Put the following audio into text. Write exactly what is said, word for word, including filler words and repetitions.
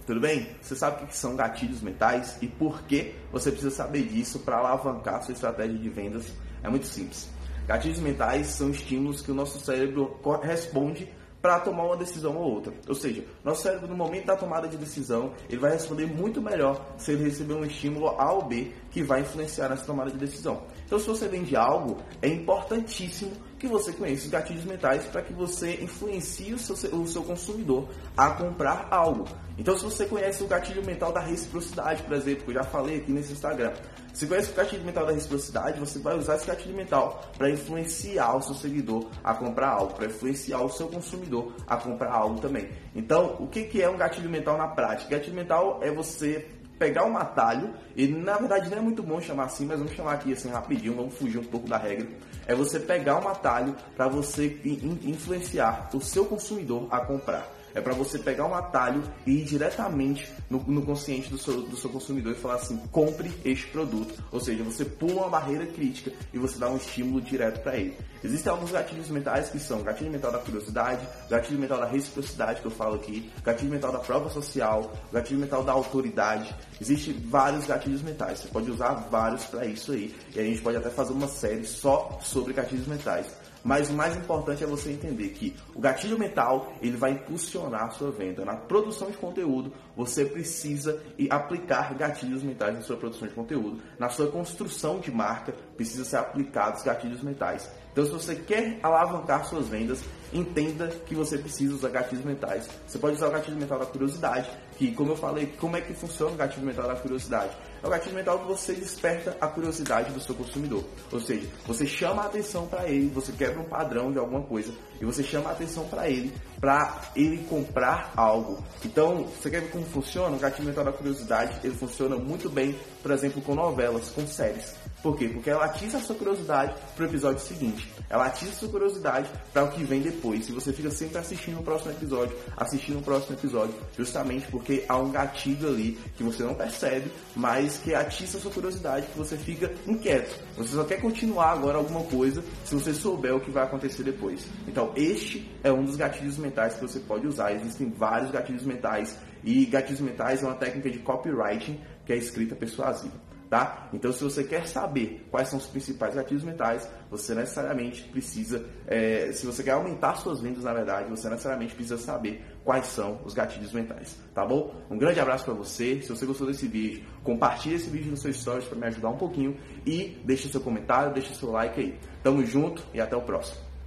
tudo bem? Você sabe o que são gatilhos mentais e por que você precisa saber disso para alavancar sua estratégia de vendas? É muito simples. Gatilhos mentais são estímulos que o nosso cérebro responde para tomar uma decisão ou outra. Ou seja, nosso cérebro no momento da tomada de decisão, ele vai responder muito melhor se ele receber um estímulo A ou B que vai influenciar nessa tomada de decisão. Então, se você vende algo, é importantíssimo que você conheça os gatilhos mentais para que você influencie o seu, o seu consumidor a comprar algo. Então, se você conhece o gatilho mental da reciprocidade, por exemplo, que eu já falei aqui nesse Instagram, se conhece o gatilho mental da reciprocidade, você vai usar esse gatilho mental para influenciar o seu seguidor a comprar algo, para influenciar o seu consumidor a comprar algo também. Então, o que, que é um gatilho mental na prática? Gatilho mental é você pegar um atalho, e na verdade não é muito bom chamar assim, mas vamos chamar aqui assim rapidinho, vamos fugir um pouco da regra. É você pegar um atalho para você influenciar o seu consumidor a comprar. É para você pegar um atalho e ir diretamente no, no consciente do seu, do seu consumidor e falar assim, compre este produto. Ou seja, você pula uma barreira crítica e você dá um estímulo direto para ele. Existem alguns gatilhos mentais que são gatilho mental da curiosidade, gatilho mental da reciprocidade que eu falo aqui, gatilho mental da prova social, gatilho mental da autoridade. Existem vários gatilhos mentais, você pode usar vários para isso aí. E a gente pode até fazer uma série só sobre gatilhos mentais. Mas o mais importante é você entender que o gatilho mental, ele vai impulsionar a sua venda. Na produção de conteúdo, você precisa aplicar gatilhos mentais na sua produção de conteúdo. Na sua construção de marca, precisa ser aplicados gatilhos mentais. Então, se você quer alavancar suas vendas, entenda que você precisa usar gatilhos mentais. Você pode usar o gatilho mental da curiosidade, que, como eu falei, como é que funciona o gatilho mental da curiosidade? É o gatilho mental que você desperta a curiosidade do seu consumidor. Ou seja, você chama a atenção para ele, você quebra um padrão de alguma coisa e você chama a atenção para ele, para ele comprar algo. Então, você quer ver como funciona? O gatilho mental da curiosidade, ele funciona muito bem, por exemplo, com novelas, com séries. Por quê? Porque ela atiça a sua curiosidade para o episódio seguinte. Ela atiça a sua curiosidade para o que vem depois. E você fica sempre assistindo o próximo episódio, assistindo o próximo episódio, justamente porque há um gatilho ali que você não percebe, mas que atiça a sua curiosidade, que você fica inquieto. Você só quer continuar agora alguma coisa se você souber o que vai acontecer depois. Então, este é um dos gatilhos mentais que você pode usar. Existem vários gatilhos mentais e gatilhos mentais é uma técnica de copywriting que é escrita persuasiva. Tá? Então, se você quer saber quais são os principais gatilhos mentais, você necessariamente precisa, é, se você quer aumentar suas vendas, na verdade, você necessariamente precisa saber quais são os gatilhos mentais, tá bom? Um grande abraço para você. Se você gostou desse vídeo, compartilhe esse vídeo nos seus stories para me ajudar um pouquinho e deixe seu comentário, deixe seu like aí. Tamo junto e até o próximo.